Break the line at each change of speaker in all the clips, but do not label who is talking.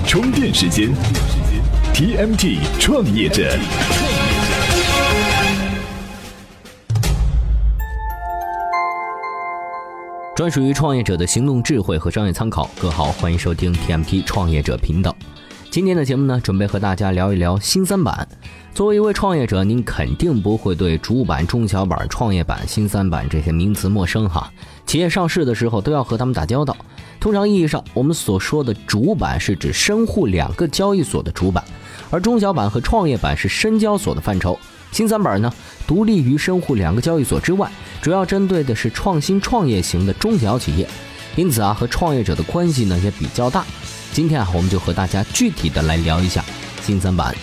充电时间 TMT 创业者。
专属于创业者的行动智慧和商业参考。各位好，欢迎收听 TMT 创业者频道。今天的节目呢，准备和大家聊一聊新三板。作为一位创业者，您肯定不会对主板、中小板、创业板、新三板这些名词陌生哈。企业上市的时候都要和他们打交道。通常意义上，我们所说的主板是指深沪两个交易所的主板，而中小板和创业板是深交所的范畴。新三板呢，独立于深沪两个交易所之外，主要针对的是创新创业型的中小企业，因此和创业者的关系呢也比较大。今天我们就和大家具体的来聊一下新三板。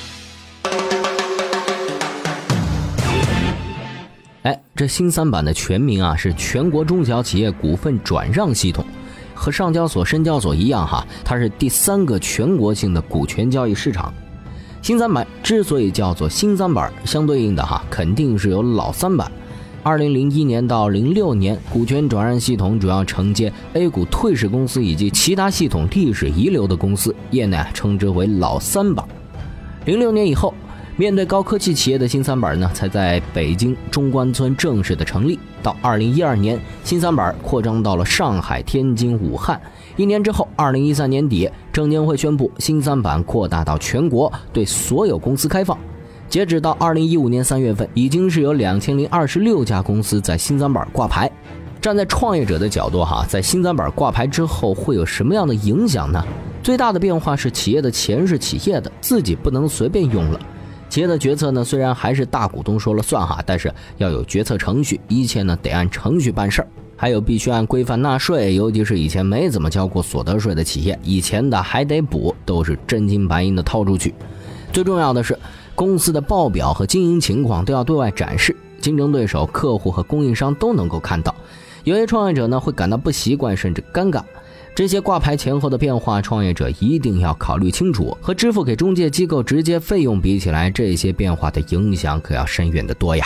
这新三板的全名是全国中小企业股份转让系统，和上交所、深交所一样它是第3个全国性的股权交易市场。新三板之所以叫做新三板，相对应的肯定是有老三板。2001年到06年，股权转让系统主要承接 A 股退市公司以及其他系统历史遗留的公司，业内称之为老三板。06年以后，面对高科技企业的新三板呢，才在北京中关村正式的成立。到2012年，新三板扩张到了上海、天津、武汉。1年之后，2013年底，证监会宣布新三板扩大到全国，对所有公司开放。截止到2015年3月份，已经是有2026家公司在新三板挂牌。站在创业者的角度在新三板挂牌之后会有什么样的影响呢？最大的变化是企业的钱是企业的，自己不能随便用了。企业的决策呢，虽然还是大股东说了算但是要有决策程序，一切呢得按程序办事儿。还有必须按规范纳税，尤其是以前没怎么交过所得税的企业，以前的还得补，都是真金白银的掏出去。最重要的是，公司的报表和经营情况都要对外展示，竞争对手、客户和供应商都能够看到。有些创业者呢会感到不习惯甚至尴尬。这些挂牌前后的变化，创业者一定要考虑清楚。和支付给中介机构直接费用比起来，这些变化的影响可要深远得多呀。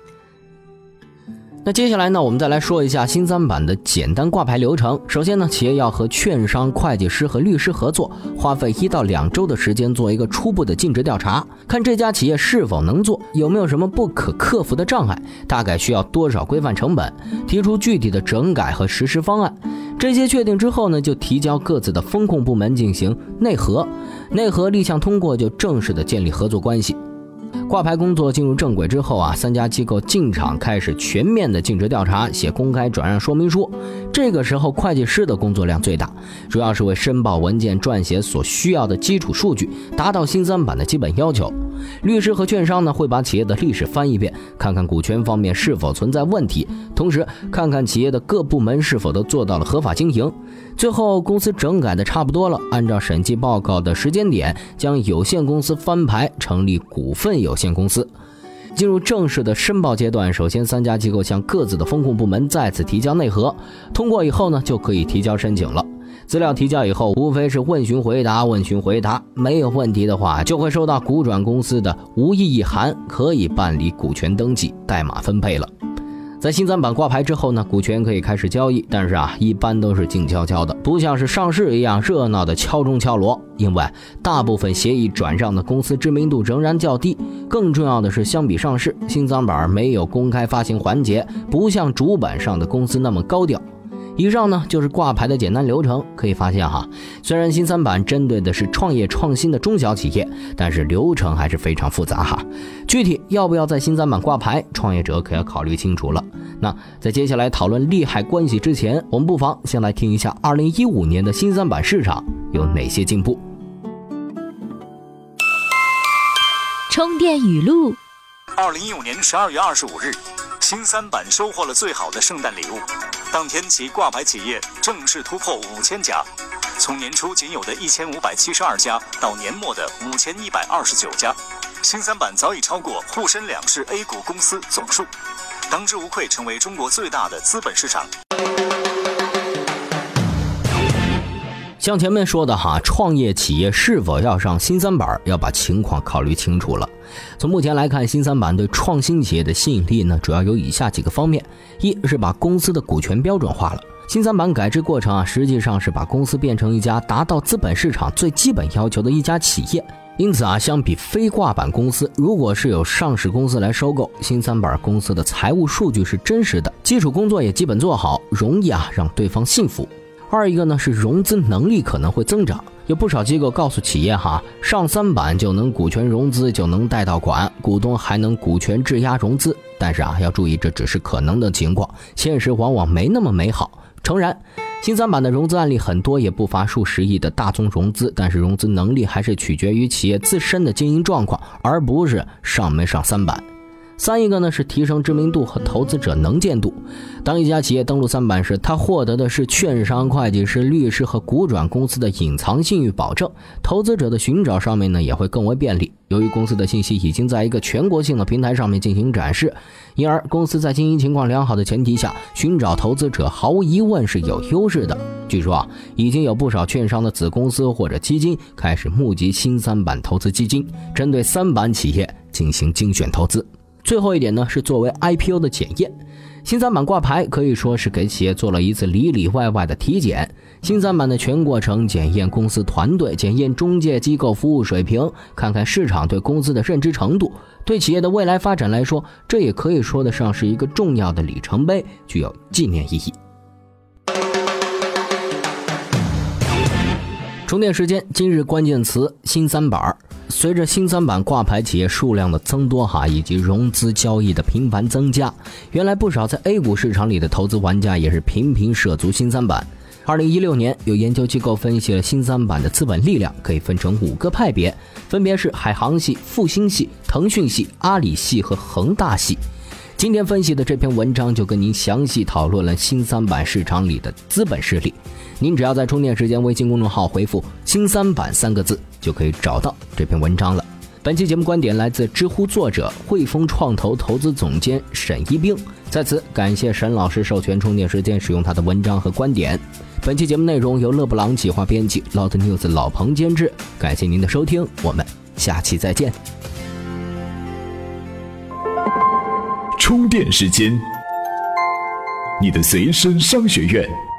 那接下来呢，我们再来说一下新三板的简单挂牌流程。首先呢，企业要和券商、会计师和律师合作，花费1到2周的时间做一个初步的尽职调查，看这家企业是否能做，有没有什么不可克服的障碍，大概需要多少规范成本，提出具体的整改和实施方案。这些确定之后呢，就提交各自的风控部门进行内核，内核立项通过，就正式的建立合作关系。挂牌工作进入正轨之后3家机构进场开始全面的尽职调查，写公开转让说明书。这个时候会计师的工作量最大，主要是为申报文件撰写所需要的基础数据，达到新三板的基本要求。律师和券商呢，会把企业的历史翻一遍，看看股权方面是否存在问题，同时看看企业的各部门是否都做到了合法经营。最后公司整改的差不多了，按照审计报告的时间点，将有限公司翻牌成立股份有限公司。进入正式的申报阶段，首先3家机构向各自的风控部门再次提交内核，通过以后呢，就可以提交申请了。资料提交以后，无非是问询回答，没有问题的话，就会收到股转公司的无异议函，可以办理股权登记、代码分配了。在新三板挂牌之后呢，股权可以开始交易，但是一般都是静悄悄的，不像是上市一样热闹的敲钟敲锣。因为大部分协议转让的公司知名度仍然较低，更重要的是，相比上市，新三板没有公开发行环节，不像主板上的公司那么高调。以上呢就是挂牌的简单流程。可以发现虽然新三板针对的是创业创新的中小企业，但是流程还是非常复杂具体要不要在新三板挂牌，创业者可要考虑清楚了。那在接下来讨论利害关系之前，我们不妨先来听一下2015年的新三板市场有哪些进步。
充电语录。
2015年12月25日，新三板收获了最好的圣诞礼物。当天其挂牌企业正式突破5000家，从年初仅有的1572家到年末的5129家，新三板早已超过沪深两市 A 股公司总数，当之无愧成为中国最大的资本市场。
像前面说的创业企业是否要上新三板，要把情况考虑清楚了。从目前来看，新三板对创新企业的吸引力呢，主要有以下几个方面：一是把公司的股权标准化了， 新三板改制过程实际上是把公司变成一家达到资本市场最基本要求的一家企业。因此相比非挂板公司，如果是有上市公司来收购，新三板公司的财务数据是真实的，基础工作也基本做好，容易让对方信服。二一个呢是融资能力可能会增长，有不少机构告诉企业上三板就能股权融资，就能贷到款，股东还能股权质押融资。但是要注意，这只是可能的情况，现实往往没那么美好。诚然，新三板的融资案例很多，也不乏数十亿的大宗融资，但是融资能力还是取决于企业自身的经营状况，而不是上没上三板。三一个呢是提升知名度和投资者能见度。当一家企业登陆三板时，它获得的是券商、会计师、律师和股转公司的隐藏信誉保证，投资者的寻找上面呢也会更为便利。由于公司的信息已经在一个全国性的平台上面进行展示，因而公司在经营情况良好的前提下，寻找投资者毫无疑问是有优势的。据说已经有不少券商的子公司或者基金开始募集新三板投资基金，针对三板企业进行精选投资。最后一点呢是作为 IPO 的检验，新三板挂牌可以说是给企业做了一次里里外外的体检。新三板的全过程检验公司团队，检验中介机构服务水平，看看市场对公司的认知程度。对企业的未来发展来说，这也可以说得上是一个重要的里程碑，具有纪念意义。充电时间，今日关键词新三板。随着新三板挂牌企业数量的增多以及融资交易的频繁增加，原来不少在 A 股市场里的投资玩家也是频频涉足新三板。2016年，有研究机构分析了新三板的资本力量，可以分成5个派别，分别是海航系、复星系、腾讯系、阿里系和恒大系。今天分析的这篇文章就跟您详细讨论了新三板市场里的资本势力。您只要在充电时间微信公众号回复新三板3个字，就可以找到这篇文章了。本期节目观点来自知乎作者汇丰创投投资总监沈一冰，在此感谢沈老师授权充电时间使用他的文章和观点。本期节目内容由勒布朗企划编辑， Loud News 老彭监制。感谢您的收听，我们下期再见。
充电时间，你的随身商学院。